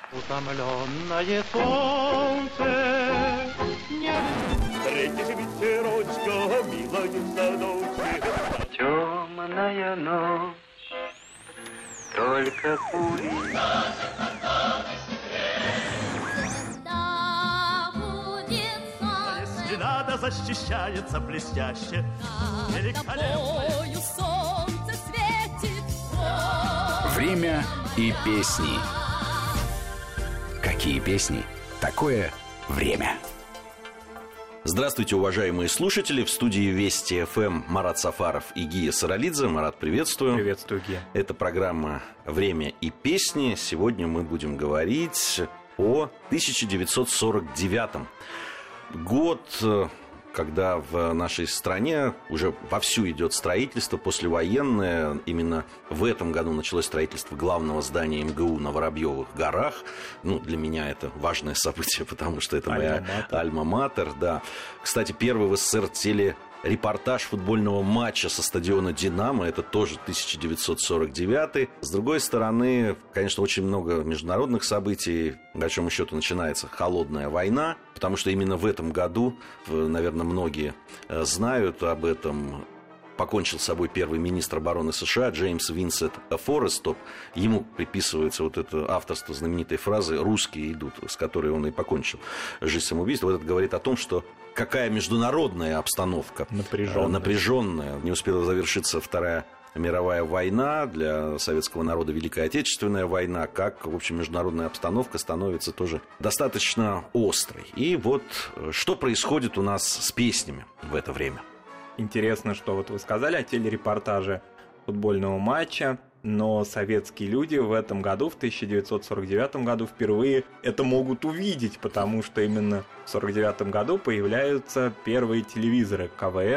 Утомленное солнце не... Встретишь ветерочка, милая в садочке. Темная ночь, только пули. Если надо, защищается блестяще. Тобою солнце светит. Время и песни. Какие песни? Такое время. Здравствуйте, уважаемые слушатели. В студии Вести ФМ Марат Сафаров и Гия Саралидзе. Марат, приветствую. Приветствую, Гия. Это программа «Время и песни». Сегодня мы будем говорить о 1949-м. Год, когда в нашей стране уже вовсю идет строительство послевоенное. Именно в этом году началось строительство главного здания МГУ на Воробьевых горах. Ну, для меня это важное событие, потому что это моя альма-матер. Да. Кстати, первый в СССР телерепортаж футбольного матча со стадиона «Динамо». Это тоже 1949. С другой стороны, конечно, очень много международных событий. По большому счету начинается холодная война, потому что именно в этом году, наверное, многие знают об этом, покончил с собой первый министр обороны США Джеймс Винсент Форрестоп. Ему приписывается вот это авторство знаменитой фразы «русские идут», с которой он и покончил жизнь самоубийством. Вот это говорит о том, что какая международная обстановка напряженная. Не успела завершиться Вторая мировая война, для советского народа Великая Отечественная война, как, в общем, международная обстановка становится тоже достаточно острой. И вот что происходит у нас с песнями в это время. Интересно, что вот вы сказали о телерепортаже футбольного матча, но советские люди в этом году, в 1949 году, впервые это могут увидеть, потому что именно в 1949 году появляются первые телевизоры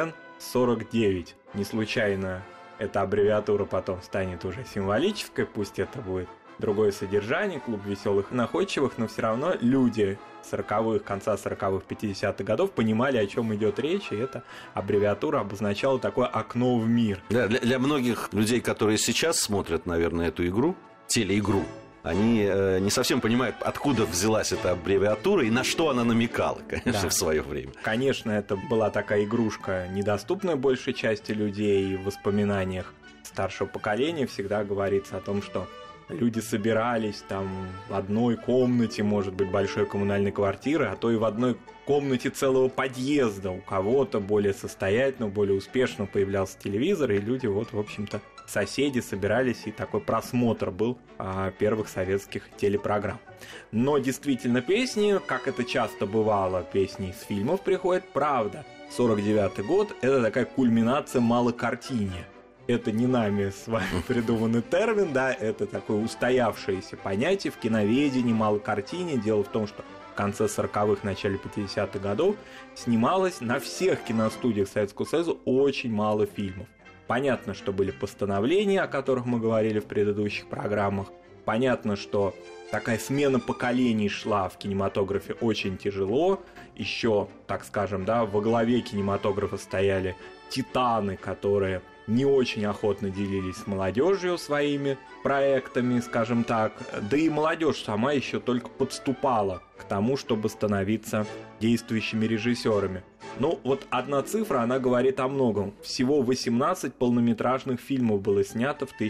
КВН-49. Не случайно эта аббревиатура потом станет уже символической, пусть это будет другое содержание, клуб веселых и находчивых, но все равно люди 40-х, конца 40-х, 50-х годов понимали, о чем идет речь, и эта аббревиатура обозначала такое окно в мир. Да, для многих людей, которые сейчас смотрят, наверное, эту игру, телеигру, они не совсем понимают, откуда взялась эта аббревиатура и на что она намекала, конечно, в свое время. Конечно, это была такая игрушка, недоступная большей части людей. В воспоминаниях старшего поколения всегда говорится о том, что люди собирались там в одной комнате, может быть, большой коммунальной квартиры, а то и в одной комнате целого подъезда. У кого-то более состоятельного, более успешного появлялся телевизор, и люди, вот, в общем-то, соседи собирались, и такой просмотр был первых советских телепрограмм. Но действительно песни, как это часто бывало, песни из фильмов приходят, правда. 49-й год – это такая кульминация малокартиния. Это не нами с вами придуманный термин, да, это такое устоявшееся понятие в киноведении, малокартине. Дело в том, что в конце 40-х, начале 50-х годов снималось на всех киностудиях Советского Союза очень мало фильмов. Понятно, что были постановления, о которых мы говорили в предыдущих программах. Понятно, что такая смена поколений шла в кинематографе очень тяжело. Еще, так скажем, да, во главе кинематографа стояли титаны, которые не очень охотно делились с молодежью своими проектами, скажем так. Да и молодежь сама еще только подступала к тому, чтобы становиться действующими режиссерами. Ну, вот одна цифра, она говорит о многом. Всего 18 полнометражных фильмов было снято в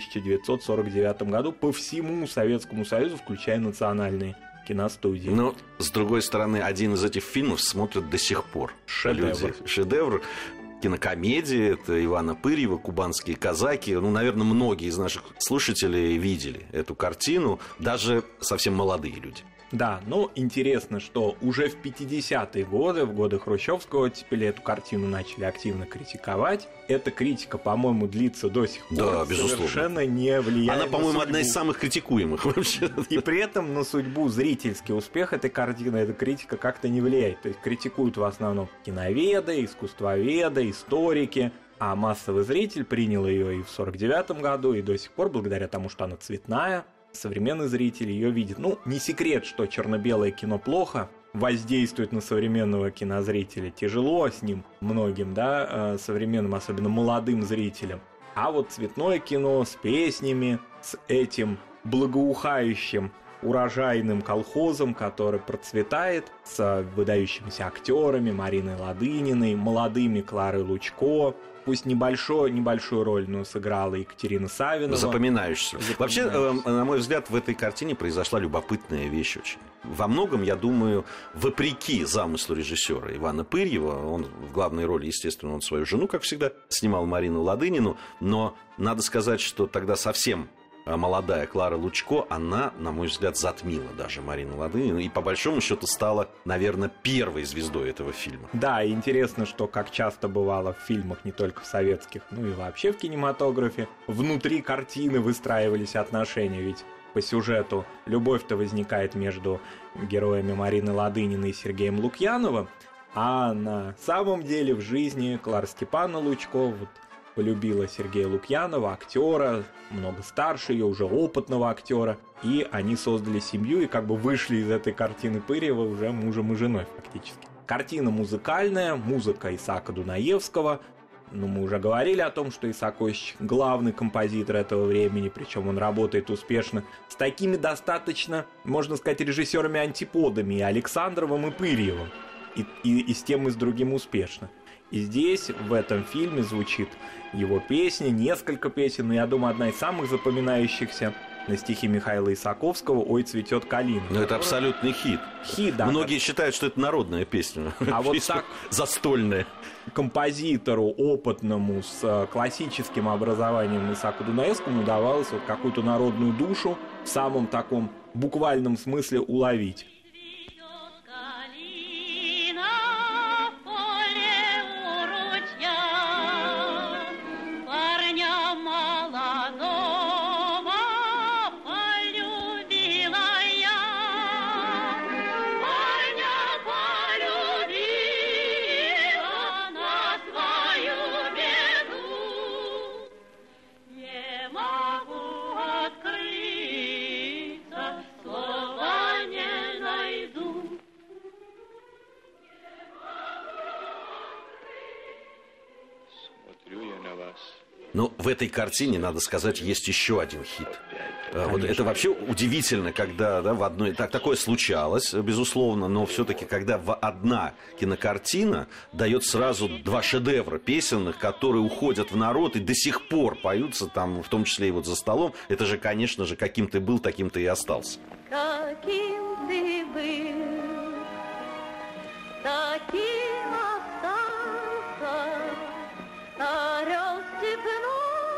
1949 году по всему Советскому Союзу, включая национальные киностудии. Но, с другой стороны, один из этих фильмов смотрят до сих пор. Шедевр. Кинокомедии, это Ивана Пырьева, «Кубанские казаки». Ну, наверное, многие из наших слушателей видели эту картину, даже совсем молодые люди. Да, но интересно, что уже в 50-е годы, в годы хрущевского оттепели, эту картину начали активно критиковать. Эта критика, по-моему, длится до сих пор. Да, безусловно. Совершенно не влияет. Она, по-моему, одна из самых критикуемых вообще. И при этом на судьбу, зрительский успех этой картины, эта критика как-то не влияет. То есть критикуют в основном киноведы, искусствоведы, историки. А массовый зритель принял ее и в 1949 году, и до сих пор, благодаря тому, что она цветная. Современный зритель ее видит. Ну, не секрет, что черно-белое кино плохо воздействует на современного кинозрителя. Тяжело с ним многим, да, современным, особенно молодым зрителям. А вот цветное кино с песнями, с этим благоухающим урожайным колхозом, который процветает, с выдающимися актерами Мариной Ладыниной, молодыми Кларой Лучко. Пусть небольшую роль, но сыграла Екатерина Савинова. Запоминающаяся. Вообще, на мой взгляд, в этой картине произошла любопытная вещь очень. Во многом, я думаю, вопреки замыслу режиссера Ивана Пырьева, он в главной роли, естественно, он свою жену, как всегда, снимал Марину Ладынину, но надо сказать, что тогда совсем молодая Клара Лучко, она, на мой взгляд, затмила даже Марину Ладынину и, по большому счету, стала, наверное, первой звездой этого фильма. Да, и интересно, что, как часто бывало в фильмах, не только в советских, но и вообще в кинематографе, внутри картины выстраивались отношения, ведь по сюжету любовь-то возникает между героями Марины Ладыниной и Сергеем Лукьяновым, а на самом деле в жизни Клара Степановна Лучко полюбила Сергея Лукьянова, актера, много старше ее, уже опытного актера, и они создали семью и как бы вышли из этой картины Пырьева уже мужем и женой фактически. Картина музыкальная, музыка Исаака Дунаевского. Мы уже говорили о том, что Исаак Осич главный композитор этого времени, причем он работает успешно с такими достаточно, можно сказать, режиссерами-антиподами, и Александровым, и Пырьевым, и с тем, и с другим успешно. И здесь, в этом фильме, звучит его песня, несколько песен, но я думаю, одна из самых запоминающихся на стихи Михаила Исаковского «Ой, цветет калина». Но это абсолютный хит. Да. Многие считают, что это народная песня. А вот так застольная. Композитору, опытному, с классическим образованием Исааку Дунаевскому удавалось какую-то народную душу в самом таком буквальном смысле уловить. Но в этой картине, надо сказать, есть еще один хит. Вот это вообще удивительно, когда в одной... Такое случалось, безусловно, но все-таки, когда одна кинокартина дает сразу два шедевра песенных, которые уходят в народ и до сих пор поются там, в том числе и вот за столом, это же, конечно же, каким ты был, таким ты и остался. Каким ты был, таким остался, орел степной.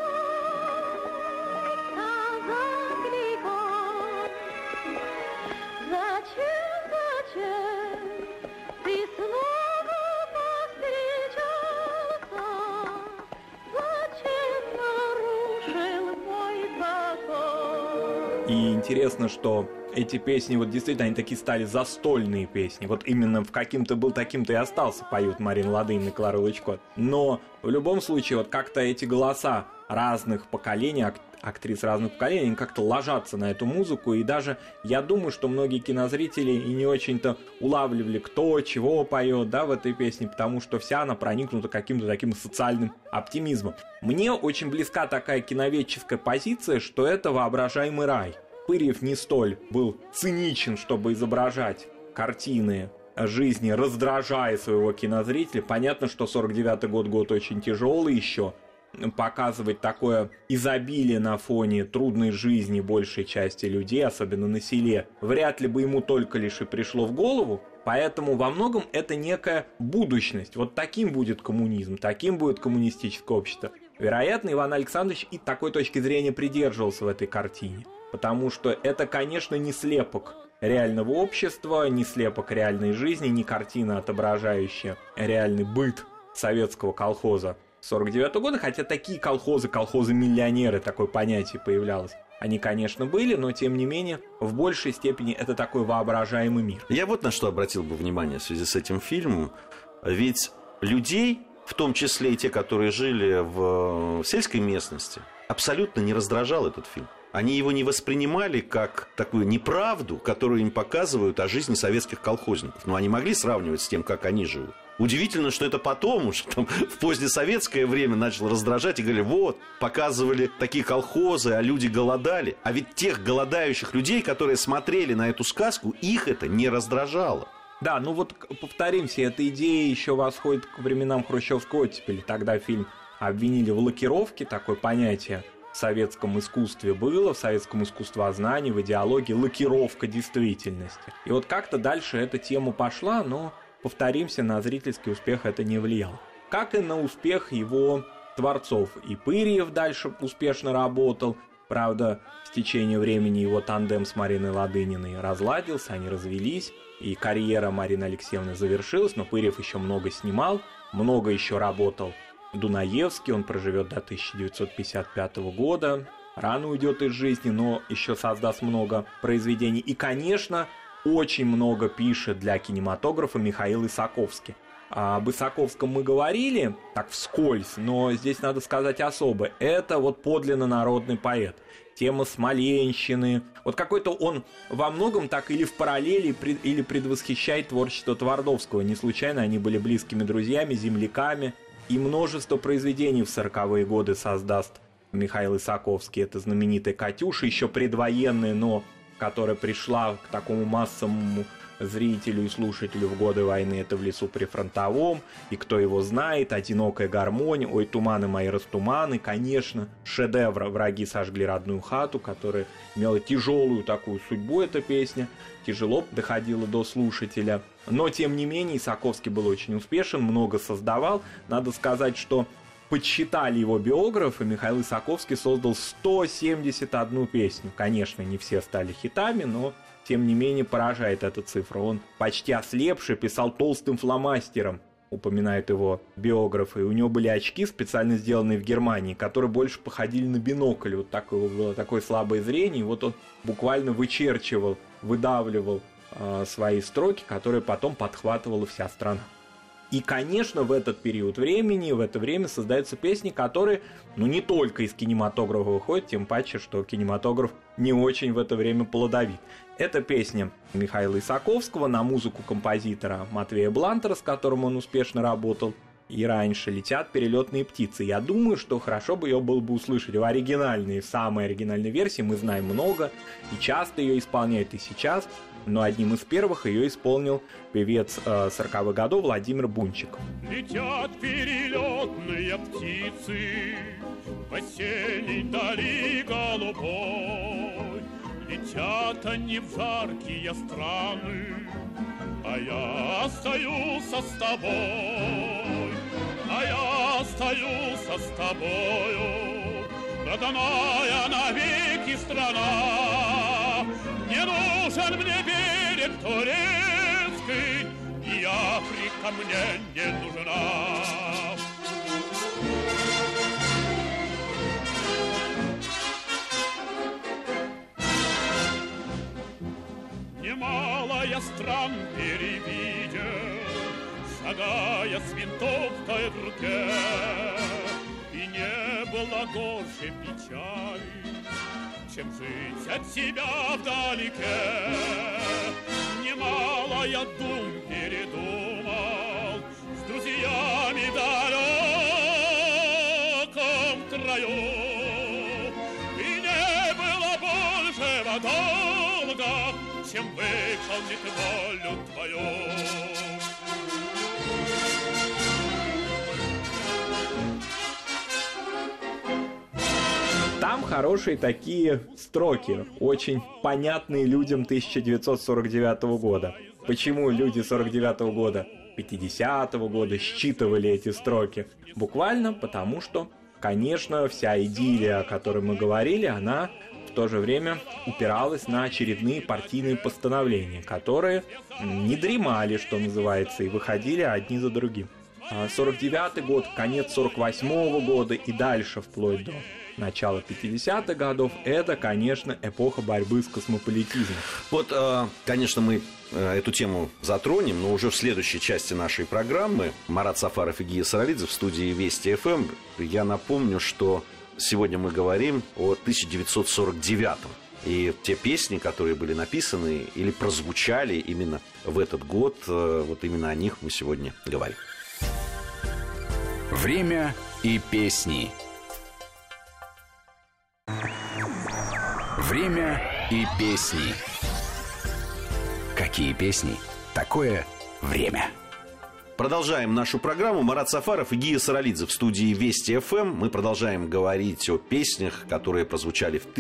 И интересно, что эти песни, вот действительно, они такие стали застольные песни. Вот именно в «Каким ты был, таким ты и остался» поют Марина Ладынина и Клара Лучко. Но в любом случае, вот как-то эти голоса разных поколений, актрис разных поколений, они как-то ложатся на эту музыку. И даже я думаю, что многие кинозрители и не очень-то улавливали, кто чего поет, в этой песне, потому что вся она проникнута каким-то таким социальным оптимизмом. Мне очень близка такая киноведческая позиция, что это воображаемый рай. Пырьев не столь был циничен, чтобы изображать картины жизни, раздражая своего кинозрителя. Понятно, что 49-й год очень тяжелый еще. Показывать такое изобилие на фоне трудной жизни большей части людей, особенно на селе, вряд ли бы ему только лишь и пришло в голову. Поэтому во многом это некая будущность. Вот таким будет коммунизм, таким будет коммунистическое общество. Вероятно, Иван Александрович и такой точки зрения придерживался в этой картине. Потому что это, конечно, не слепок реального общества, не слепок реальной жизни, не картина, отображающая реальный быт советского колхоза 49-го года, хотя такие колхозы-миллионеры, такое понятие появлялось. Они, конечно, были, но, тем не менее, в большей степени это такой воображаемый мир. Я вот на что обратил бы внимание в связи с этим фильмом. Ведь людей, в том числе и те, которые жили в сельской местности, абсолютно не раздражал этот фильм. Они его не воспринимали как такую неправду, которую им показывают о жизни советских колхозников. Но они могли сравнивать с тем, как они живут. Удивительно, что это потом, уже там, в позднесоветское время начало раздражать и говорили, вот, показывали такие колхозы, а люди голодали. А ведь тех голодающих людей, которые смотрели на эту сказку, их это не раздражало. Да, ну вот повторимся, эта идея еще восходит к временам хрущевской оттепели. Тогда фильм обвинили в лакировке, такое понятие в советском искусстве было, в советском искусствознании, в идеологии, лакировка действительности. И вот как-то дальше эта тема пошла, но, повторимся, на зрительский успех это не влияло. Как и на успех его творцов. И Пырьев дальше успешно работал, правда, с течением времени его тандем с Мариной Ладыниной разладился, они развелись, и карьера Марины Алексеевны завершилась, но Пырьев еще много снимал, много еще работал. Дунаевский, он проживет до 1955 года, рано уйдет из жизни, но еще создаст много произведений. И, конечно, очень много пишет для кинематографа Михаил Исаковский. Об Исаковском мы говорили, так вскользь, но здесь надо сказать особо. Это вот подлинно народный поэт. Тема Смоленщины. Вот какой-то он во многом так или в параллели, или предвосхищает творчество Твардовского. Не случайно они были близкими друзьями, земляками. И множество произведений в 40-е годы создаст Михаил Исаковский. Это знаменитая «Катюша», еще предвоенная, но которая пришла к такому массовому зрителю и слушателю в годы войны. Это «В лесу прифронтовом», и кто его знает, «Одинокая гармония», «Ой, туманы мои растуманы», конечно, шедевр «Враги сожгли родную хату», которая имела тяжелую такую судьбу, эта песня, тяжело доходила до слушателя. Но, тем не менее, Исаковский был очень успешен, много создавал. Надо сказать, что подсчитали его биографы, Михаил Исаковский создал 171 песню. Конечно, не все стали хитами, но тем не менее поражает эта цифра. Он почти ослепший писал толстым фломастером, упоминают его биографы. И у него были очки, специально сделанные в Германии, которые больше походили на бинокль. Вот такое было такое слабое зрение. И вот он буквально вычерчивал, выдавливал свои строки, которые потом подхватывала вся страна. И, конечно, в этот период времени, в это время создаются песни, которые, не только из кинематографа выходят, тем паче, что кинематограф не очень в это время плодовит. Это песня Михаила Исаковского на музыку композитора Матвея Блантера, с которым он успешно работал и раньше, «Летят перелетные птицы». Я думаю, что хорошо бы ее было бы услышать в оригинальной, в самой оригинальной версии. Мы знаем много, и часто ее исполняют и сейчас. Но одним из первых ее исполнил певец 40-х годов Владимир Бунчик. Летят перелетные птицы в осенней дали голубой. Летят они в жаркие страны, а я остаюсь с тобой. А я остаюсь с тобою, родная навеки страна. Не нужен мне берег турецкий, и Африка мне не нужна. Немало я стран перевидел, шагая с винтовкой в руке, и не было горше печали, чем жить от себя вдалеке. Немало я дум передумал с друзьями в далеком краю, и не было большего долга, чем выполнить волю твою. Там хорошие такие строки, очень понятные людям 1949 года. Почему люди 49 года, 50 года считывали эти строки? Буквально потому, что, конечно, вся идиллия, о которой мы говорили, она в то же время упиралась на очередные партийные постановления, которые не дремали, что называется, и выходили одни за другим. 49 год, конец 48 года и дальше вплоть до начала 50-х годов, это, конечно, эпоха борьбы с космополитизмом. Вот, конечно, мы эту тему затронем, но уже в следующей части нашей программы. Марат Сафаров и Гия Саралидзе в студии Вести ФМ. Я напомню, что сегодня мы говорим о 1949-м. И те песни, которые были написаны или прозвучали именно в этот год, вот именно о них мы сегодня говорим. Время и песни. Время и песни. Какие песни? Такое время. Продолжаем нашу программу. Марат Сафаров и Гия Саралидзе в студии Вести ФМ. Мы продолжаем говорить о песнях, которые прозвучали в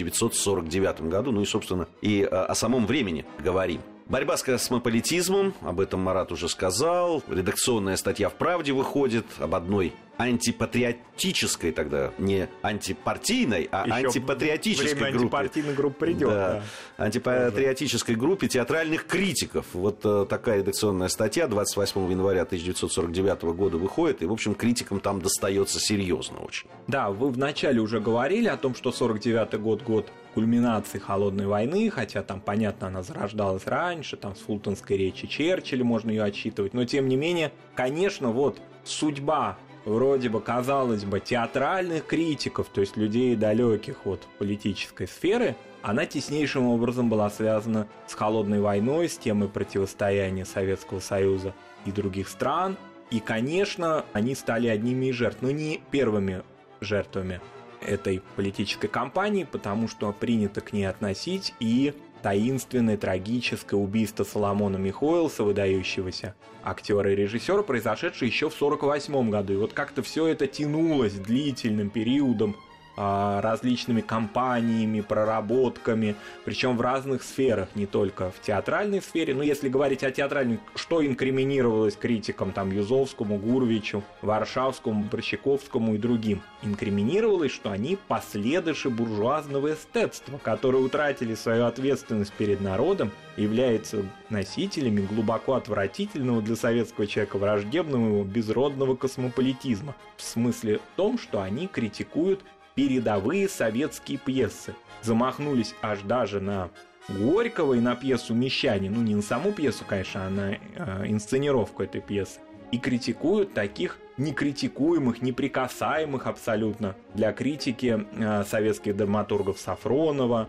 1949 году. Ну и, собственно, и о самом времени говорим. Борьба с космополитизмом, об этом Марат уже сказал. Редакционная статья в «Правде» выходит об одной антипатриотической, тогда не антипартийной, а еще антипатриотической время группе. антипартийной группы придет. Да, антипатриотической группе театральных критиков. Вот такая редакционная статья 28 января 1949 года выходит, и, в общем, критикам там достается серьезно очень. Да, вы вначале уже говорили о том, что 49-й год кульминации Холодной войны, хотя там, понятно, она зарождалась раньше, там с фултонской речи Черчилля можно ее отсчитывать, но тем не менее, конечно, вот судьба вроде бы, казалось бы, театральных критиков, то есть людей далеких от политической сферы, она теснейшим образом была связана с Холодной войной, с темой противостояния Советского Союза и других стран, и, конечно, они стали одними из жертв, но не первыми жертвами этой политической кампании, потому что принято к ней относить и таинственное, трагическое убийство Соломона Михоэлса, выдающегося актера и режиссера, произошедшее еще в 1948 году. И вот как-то все это тянулось длительным периодом, различными кампаниями, проработками, причем в разных сферах, не только в театральной сфере. Но если говорить о театральной, что инкриминировалось критикам, там, Юзовскому, Гурвичу, Варшавскому, Борщаковскому и другим? Инкриминировалось, что они последующие буржуазного эстетства, которые утратили свою ответственность перед народом, являются носителями глубоко отвратительного для советского человека враждебного безродного космополитизма. В смысле том, что они критикуют передовые советские пьесы. Замахнулись аж даже на Горького и на пьесу «Мещане». Ну, не на саму пьесу, конечно, а на инсценировку этой пьесы. И критикуют таких некритикуемых, неприкасаемых абсолютно для критики советских драматургов Сафронова,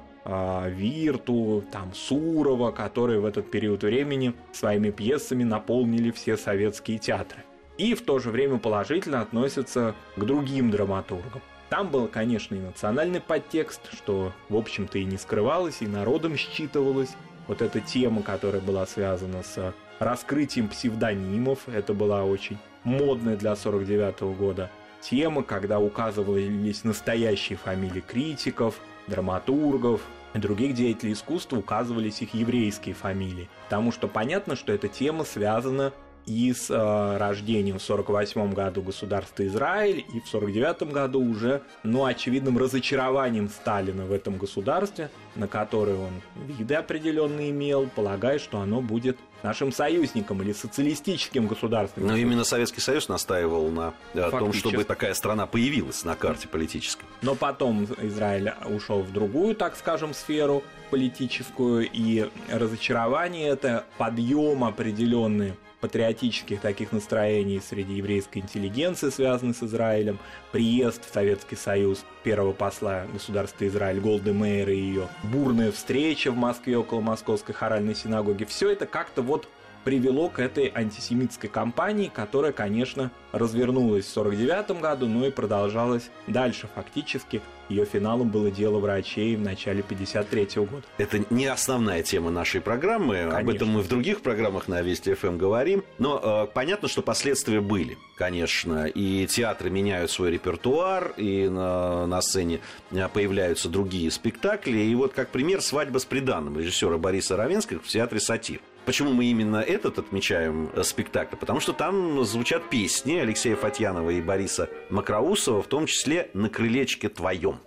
Вирту, там, Сурова, которые в этот период времени своими пьесами наполнили все советские театры. И в то же время положительно относятся к другим драматургам. Там был, конечно, и национальный подтекст, что, в общем-то, и не скрывалось, и народом считывалось. Вот эта тема, которая была связана с раскрытием псевдонимов, это была очень модная для 1949 года тема, когда указывались настоящие фамилии критиков, драматургов и других деятелей искусства, указывались их еврейские фамилии. Потому что понятно, что эта тема связана и с рождением в 1948 году государства Израиль, и в 1949 году уже, очевидным разочарованием Сталина в этом государстве, на которое он виды определенные имел, полагая, что оно будет нашим союзником или социалистическим государством. Но именно Советский Союз настаивал на том, чтобы такая страна появилась на карте политической. Но потом Израиль ушел в другую, так скажем, сферу политическую, и разочарование это подъем определенный патриотических таких настроений среди еврейской интеллигенции, связанной с Израилем, приезд в Советский Союз первого посла государства Израиль Голды Меир и ее бурная встреча в Москве около Московской хоральной синагоги. Все это как-то вот привело к этой антисемитской кампании, которая, конечно, развернулась в 1949 году, но и продолжалась дальше. Фактически ее финалом было дело врачей в начале 1953 года. Это не основная тема нашей программы, конечно. Об этом мы в других программах на Вести ФМ говорим, но понятно, что последствия были, конечно, и театры меняют свой репертуар, и на сцене появляются другие спектакли, и вот как пример «Свадьба с приданым» режиссера Бориса Равенского в театре «Сатир». Почему мы именно этот отмечаем спектакль? Потому что там звучат песни Алексея Фатьянова и Бориса Макроусова, в том числе «На крылечке твоем».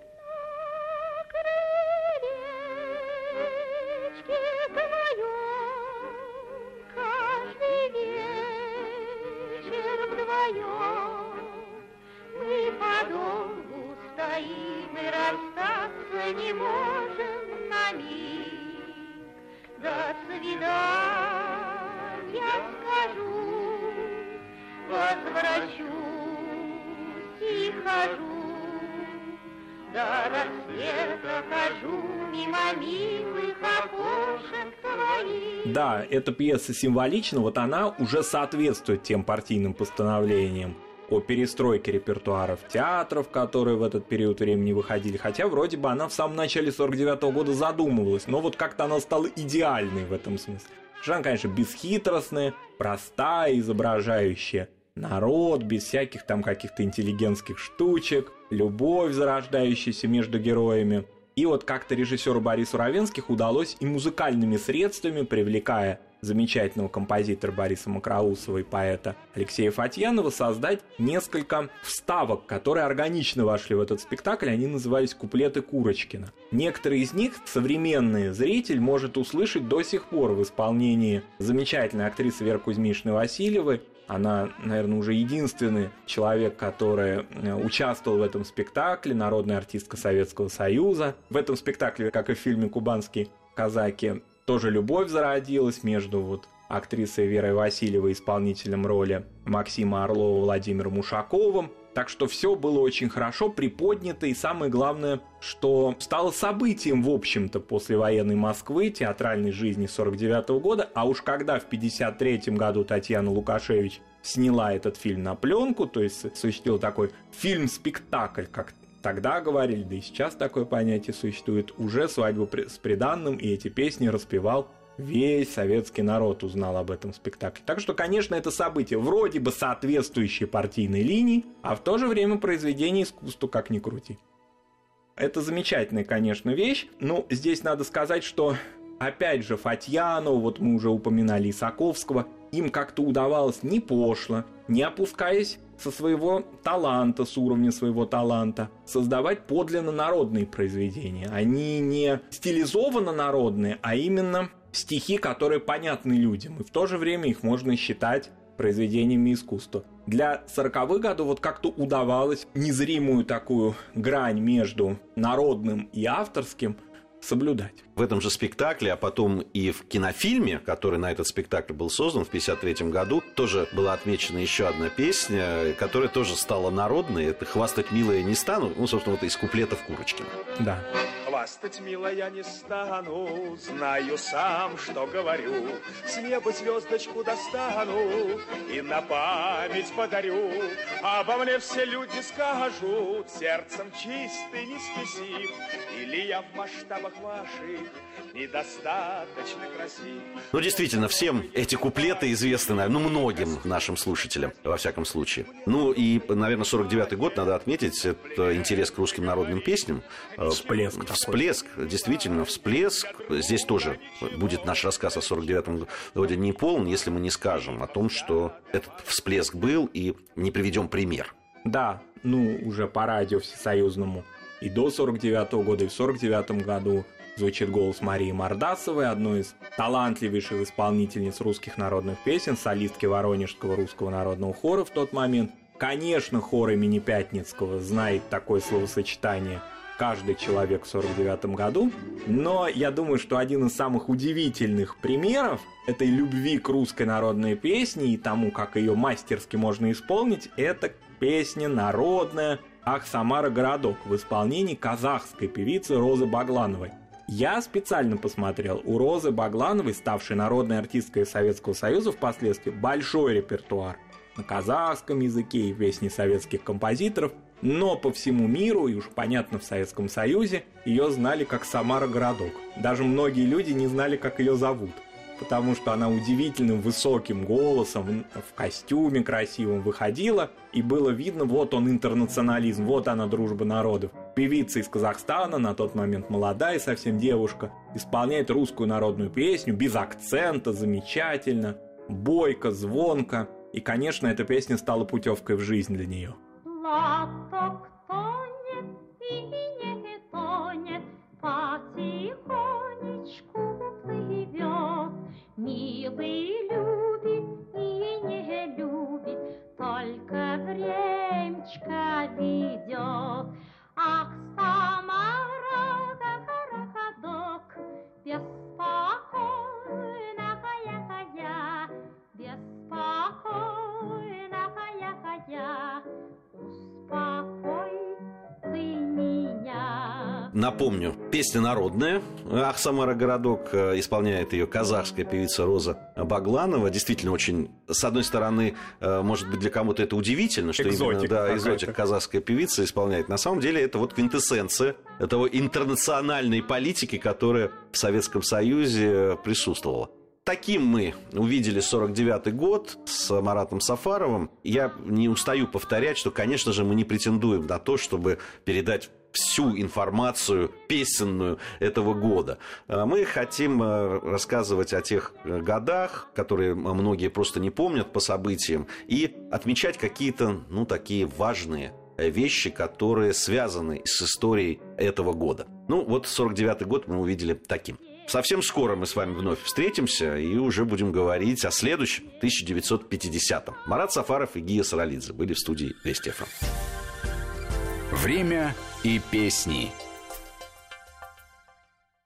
До свидания скажу, возвращусь и хожу, до рассвета хожу мимо милых окошек твоих. Да, эта пьеса символична, вот она уже соответствует тем партийным постановлениям о перестройке репертуаров театров, которые в этот период времени выходили. Хотя вроде бы она в самом начале 49 года задумывалась, но вот как-то она стала идеальной в этом смысле. Жанр, конечно, бесхитростная, простая, изображающая народ, без всяких там каких-то интеллигентских штучек, любовь, зарождающаяся между героями. И вот как-то режиссеру Борису Равенских удалось и музыкальными средствами, привлекая замечательного композитора Бориса Мокроусова и поэта Алексея Фатьянова, создать несколько вставок, которые органично вошли в этот спектакль. Они назывались «Куплеты Курочкина». Некоторые из них современный зритель может услышать до сих пор в исполнении замечательной актрисы Веры Кузьминичны Васильевой. Она, наверное, уже единственный человек, который участвовал в этом спектакле, народная артистка Советского Союза. В этом спектакле, как и в фильме «Кубанские казаки», тоже любовь зародилась между вот актрисой Верой Васильевой и исполнителем роли Максима Орлова Владимиром Ушаковым. Так что все было очень хорошо приподнято, и самое главное, что стало событием, в общем-то, послевоенной Москвы, театральной жизни 49 года, а уж когда в 1953 году Татьяна Лукашевич сняла этот фильм на пленку, то есть осуществила такой фильм-спектакль, как тогда говорили, да и сейчас такое понятие существует, уже «Свадьбу с приданным», и эти песни распевал весь советский народ, узнал об этом спектакле. Так что, конечно, это событие вроде бы соответствующее партийной линии, а в то же время произведение искусства, как ни крути. Это замечательная, конечно, вещь, но здесь надо сказать, что, опять же, Фатьянову, вот мы уже упоминали Исаковского, им как-то удавалось не пошло, не опускаясь со своего таланта, с уровня своего таланта, создавать подлинно народные произведения. Они не стилизованно народные, а именно стихи, которые понятны людям, и в то же время их можно считать произведениями искусства. Для 40-х годов вот как-то удавалось незримую такую грань между народным и авторским соблюдать. В этом же спектакле, а потом и в кинофильме, который на этот спектакль был создан в 1953 году, тоже была отмечена еще одна песня, которая тоже стала народной. Это «Хвастать, милая, не стану». Ну, собственно, вот из куплетов Курочкина. Да. Хвастать, милая, не стану, знаю сам, что говорю. С неба звездочку достану и на память подарю. Обо мне все люди скажут, сердцем чистый, не спесив. Или я в масштабах ваших недостаточно красив. Ну, действительно, всем эти куплеты известны, ну, многим нашим слушателям, во всяком случае. Ну, и, наверное, 49-й год, надо отметить, это интерес к русским народным песням. Всплеск, действительно, всплеск. Здесь тоже будет наш рассказ о 49-м году не полон, если мы не скажем о том, что этот всплеск был, и не приведем пример. Да, ну, уже по радио всесоюзному и до 49-го года, и в 49-м году звучит голос Марии Мордасовой, одной из талантливейших исполнительниц русских народных песен, солистки Воронежского русского народного хора в тот момент. Конечно, хор имени Пятницкого знает такое словосочетание «каждый человек» в 49-м году, но я думаю, что один из самых удивительных примеров этой любви к русской народной песне и тому, как ее мастерски можно исполнить, это песня народная «Ах, Самара, городок» в исполнении казахской певицы Розы Баглановой. Я специально посмотрел, у Розы Баглановой, ставшей народной артисткой Советского Союза впоследствии, большой репертуар на казахском языке и песни советских композиторов, но по всему миру, и уж понятно в Советском Союзе, ее знали как Самара городок. Даже многие люди не знали, как ее зовут, потому что она удивительным высоким голосом в костюме красивом выходила, и было видно, вот он интернационализм, вот она дружба народов. Певица из Казахстана, на тот момент молодая совсем девушка, исполняет русскую народную песню без акцента, замечательно, бойко, звонко, и, конечно, эта песня стала путевкой в жизнь для нее. Латок тонет и не тонет, потихонечку плывет. Милый любит и не любит, только времечко ведет. Ах, Самара, городок, беспокойная я, беспокойная я, успокойся. Напомню, песня народная. «Ах, Самара, городок», исполняет ее казахская певица Роза Багланова. Действительно очень, с одной стороны, может быть, для кого-то это удивительно, что именно экзотик казахская певица исполняет. На самом деле это вот квинтэссенция этого интернациональной политики, которая в Советском Союзе присутствовала. Таким мы увидели 49-й год с Маратом Сафаровым. Я не устаю повторять, что, конечно же, мы не претендуем на то, чтобы передать всю информацию песенную этого года. Мы хотим рассказывать о тех годах, которые многие просто не помнят по событиям, и отмечать какие-то, такие важные вещи, которые связаны с историей этого года. Вот 49-й год мы увидели таким. Совсем скоро мы с вами вновь встретимся и уже будем говорить о следующем, 1950-м. Марат Сафаров и Гия Саралидзе были в студии Вести ФМ. Время и песни.